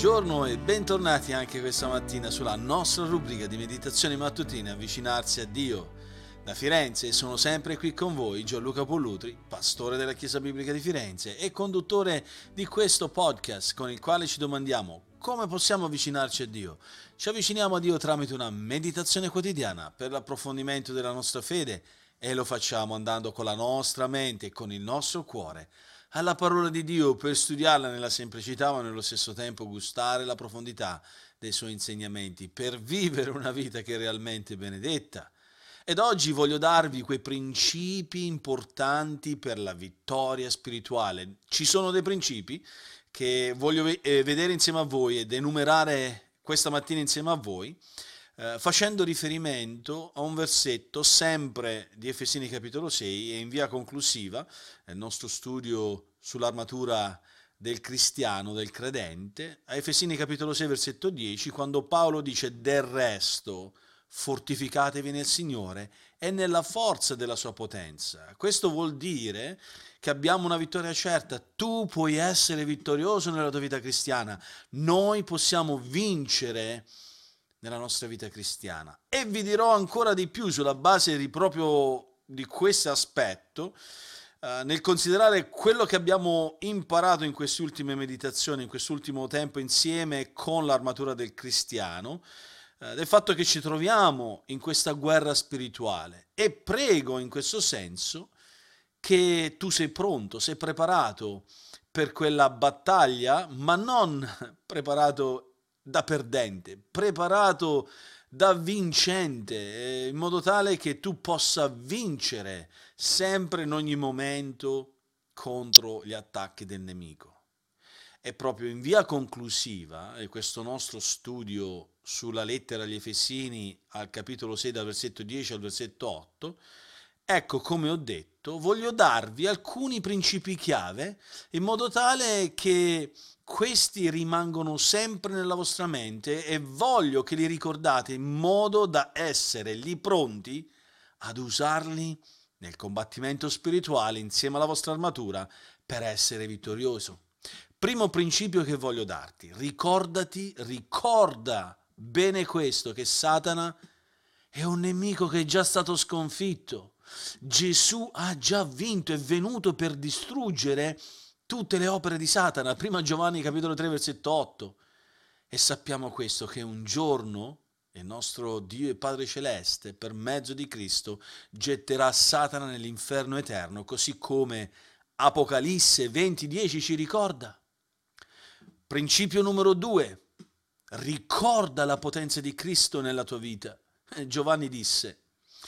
Buongiorno e bentornati anche questa mattina sulla nostra rubrica di meditazioni mattutine Avvicinarsi a Dio. Da Firenze sono sempre qui con voi Gianluca Pollutri, pastore della Chiesa Biblica di Firenze e conduttore di questo podcast con il quale ci domandiamo come possiamo avvicinarci a Dio. Ci avviciniamo a Dio tramite una meditazione quotidiana per l'approfondimento della nostra fede e lo facciamo andando con la nostra mente e con il nostro cuore alla parola di Dio per studiarla nella semplicità ma nello stesso tempo gustare la profondità dei suoi insegnamenti per vivere una vita che è realmente benedetta. Ed oggi voglio darvi quei principi importanti per la vittoria spirituale. Ci sono dei principi che voglio vedere insieme a voi ed enumerare questa mattina insieme a voi, facendo riferimento a un versetto sempre di Efesini capitolo 6 e in via conclusiva nel nostro studio sull'armatura del cristiano, del credente, a Efesini capitolo 6 versetto 10, quando Paolo dice: del resto fortificatevi nel Signore e nella forza della sua potenza. Questo vuol dire che abbiamo una vittoria certa. Tu puoi essere vittorioso nella tua vita cristiana. Noi possiamo vincere nella nostra vita cristiana. E vi dirò ancora di più sulla base proprio di questo aspetto, nel considerare quello che abbiamo imparato in queste ultime meditazioni, in quest'ultimo tempo insieme con l'armatura del cristiano, del fatto che ci troviamo in questa guerra spirituale. E prego in questo senso che tu sei pronto, sei preparato per quella battaglia, ma non preparato da perdente, preparato da vincente, in modo tale che tu possa vincere sempre in ogni momento contro gli attacchi del nemico. E proprio in via conclusiva, questo nostro studio sulla lettera agli Efesini al capitolo 6 dal versetto 10 al versetto 8, ecco, come ho detto, voglio darvi alcuni principi chiave in modo tale che questi rimangono sempre nella vostra mente e voglio che li ricordate in modo da essere lì pronti ad usarli nel combattimento spirituale insieme alla vostra armatura per essere vittorioso. Primo principio che voglio darti: ricorda bene questo, che Satana è un nemico che è già stato sconfitto. Gesù ha già vinto, è venuto per distruggere tutte le opere di Satana. Prima Giovanni capitolo 3 versetto 8. E sappiamo questo, che un giorno il nostro Dio e Padre Celeste, per mezzo di Cristo, getterà Satana nell'inferno eterno, così come Apocalisse 20:10 ci ricorda. Principio numero 2. Ricorda la potenza di Cristo nella tua vita. Giovanni disse: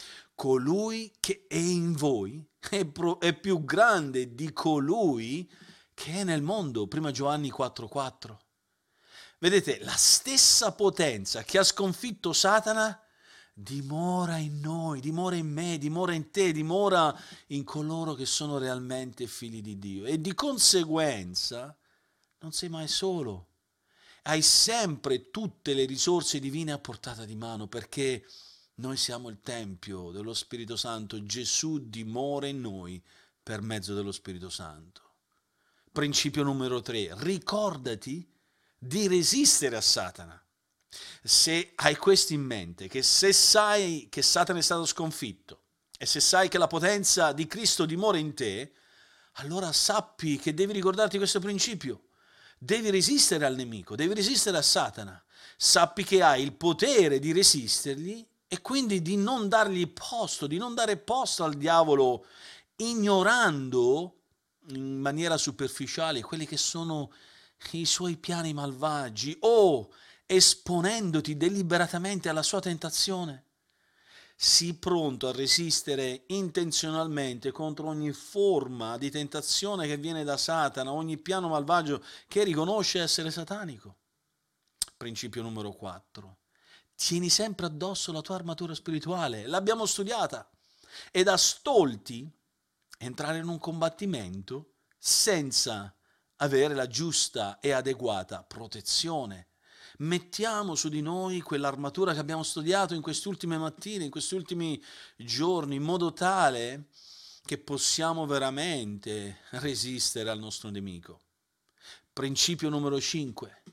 colui che è in voi è più grande di colui che è nel mondo. Prima Giovanni 4:4. Vedete, la stessa potenza che ha sconfitto Satana dimora in noi, dimora in me, dimora in te, dimora in coloro che sono realmente figli di Dio. E di conseguenza non sei mai solo. Hai sempre tutte le risorse divine a portata di mano, perché noi siamo il Tempio dello Spirito Santo. Gesù dimora in noi per mezzo dello Spirito Santo. Principio numero 3. Ricordati di resistere a Satana. Se hai questo in mente, che se sai che Satana è stato sconfitto e se sai che la potenza di Cristo dimora in te, allora sappi che devi ricordarti questo principio. Devi resistere al nemico, devi resistere a Satana. Sappi che hai il potere di resistergli e quindi di non dargli posto, di non dare posto al diavolo, ignorando in maniera superficiale quelli che sono i suoi piani malvagi o esponendoti deliberatamente alla sua tentazione. Sii pronto a resistere intenzionalmente contro ogni forma di tentazione che viene da Satana, ogni piano malvagio che riconosce essere satanico. Principio numero 4. Tieni sempre addosso la tua armatura spirituale, l'abbiamo studiata, e da stolti entrare in un combattimento senza avere la giusta e adeguata protezione. Mettiamo su di noi quell'armatura che abbiamo studiato in queste ultime mattine, in questi ultimi giorni, in modo tale che possiamo veramente resistere al nostro nemico. Principio numero 5.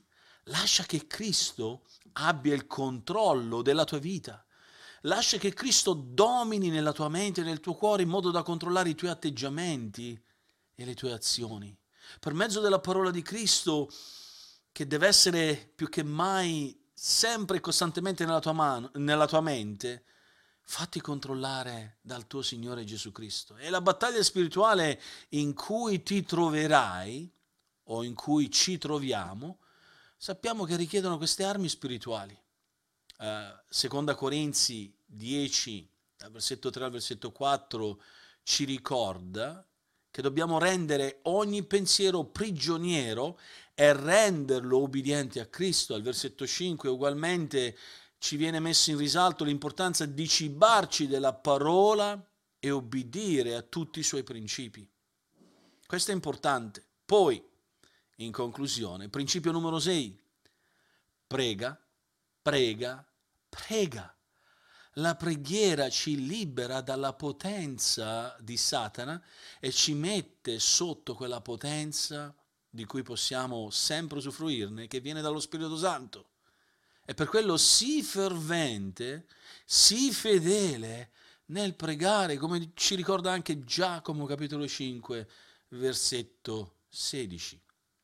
Lascia che Cristo abbia il controllo della tua vita. Lascia che Cristo domini nella tua mente e nel tuo cuore in modo da controllare i tuoi atteggiamenti e le tue azioni. Per mezzo della parola di Cristo, che deve essere più che mai sempre e costantemente nella tua mente, fatti controllare dal tuo Signore Gesù Cristo. E la battaglia spirituale in cui ti troverai, o in cui ci troviamo, sappiamo che richiedono queste armi spirituali. Seconda Corinzi 10, dal versetto 3 al versetto 4, ci ricorda che dobbiamo rendere ogni pensiero prigioniero e renderlo obbediente a Cristo. Al versetto 5 ugualmente ci viene messo in risalto l'importanza di cibarci della parola e obbedire a tutti i suoi principi. Questo è importante. Poi, in conclusione, principio numero 6, prega, prega, prega. La preghiera ci libera dalla potenza di Satana e ci mette sotto quella potenza di cui possiamo sempre usufruirne, che viene dallo Spirito Santo. E per quello sii fervente, sii fedele nel pregare, come ci ricorda anche Giacomo capitolo 5, versetto 16.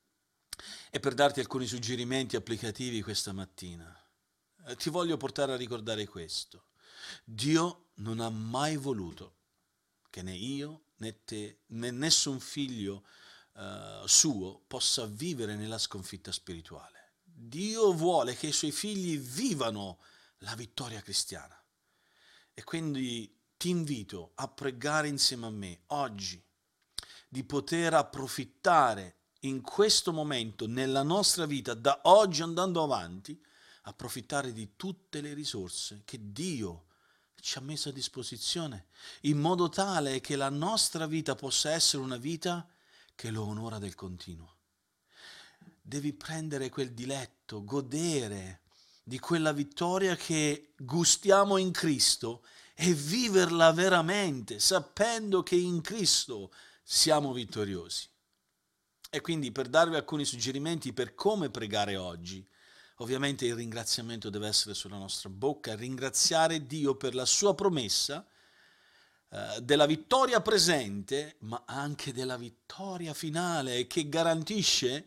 E per darti alcuni suggerimenti applicativi questa mattina, ti voglio portare a ricordare questo. Dio non ha mai voluto che né io né te né nessun figlio suo possa vivere nella sconfitta spirituale. Dio vuole che i suoi figli vivano la vittoria cristiana. E quindi ti invito a pregare insieme a me oggi di poter approfittare in questo momento nella nostra vita, da oggi andando avanti, approfittare di tutte le risorse che Dio ci ha messo a disposizione, in modo tale che la nostra vita possa essere una vita che lo onora del continuo. Devi prendere quel diletto, godere di quella vittoria che gustiamo in Cristo e viverla veramente, sapendo che in Cristo siamo vittoriosi. E quindi, per darvi alcuni suggerimenti per come pregare oggi, ovviamente il ringraziamento deve essere sulla nostra bocca, ringraziare Dio per la sua promessa della vittoria presente, ma anche della vittoria finale, che garantisce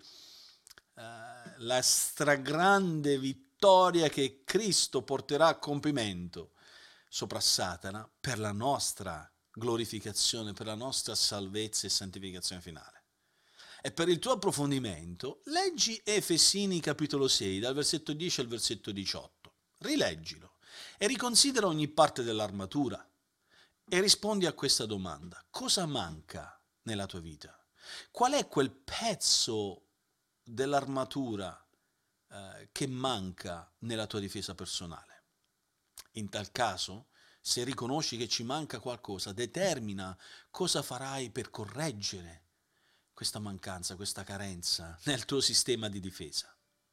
la stragrande vittoria che Cristo porterà a compimento sopra Satana per la nostra glorificazione, per la nostra salvezza e santificazione finale. E per il tuo approfondimento, leggi Efesini capitolo 6, dal versetto 10 al versetto 18. Rileggilo e riconsidera ogni parte dell'armatura e rispondi a questa domanda. Cosa manca nella tua vita? Qual è quel pezzo dell'armatura che manca nella tua difesa personale? In tal caso, se riconosci che ci manca qualcosa, determina cosa farai per correggere questa mancanza, questa carenza nel tuo sistema di difesa.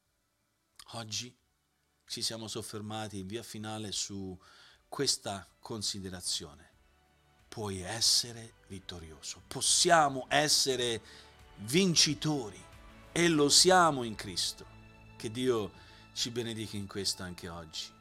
Oggi ci siamo soffermati in via finale su questa considerazione. Puoi essere vittorioso, possiamo essere vincitori e lo siamo in Cristo. Che Dio ci benedica in questo anche oggi.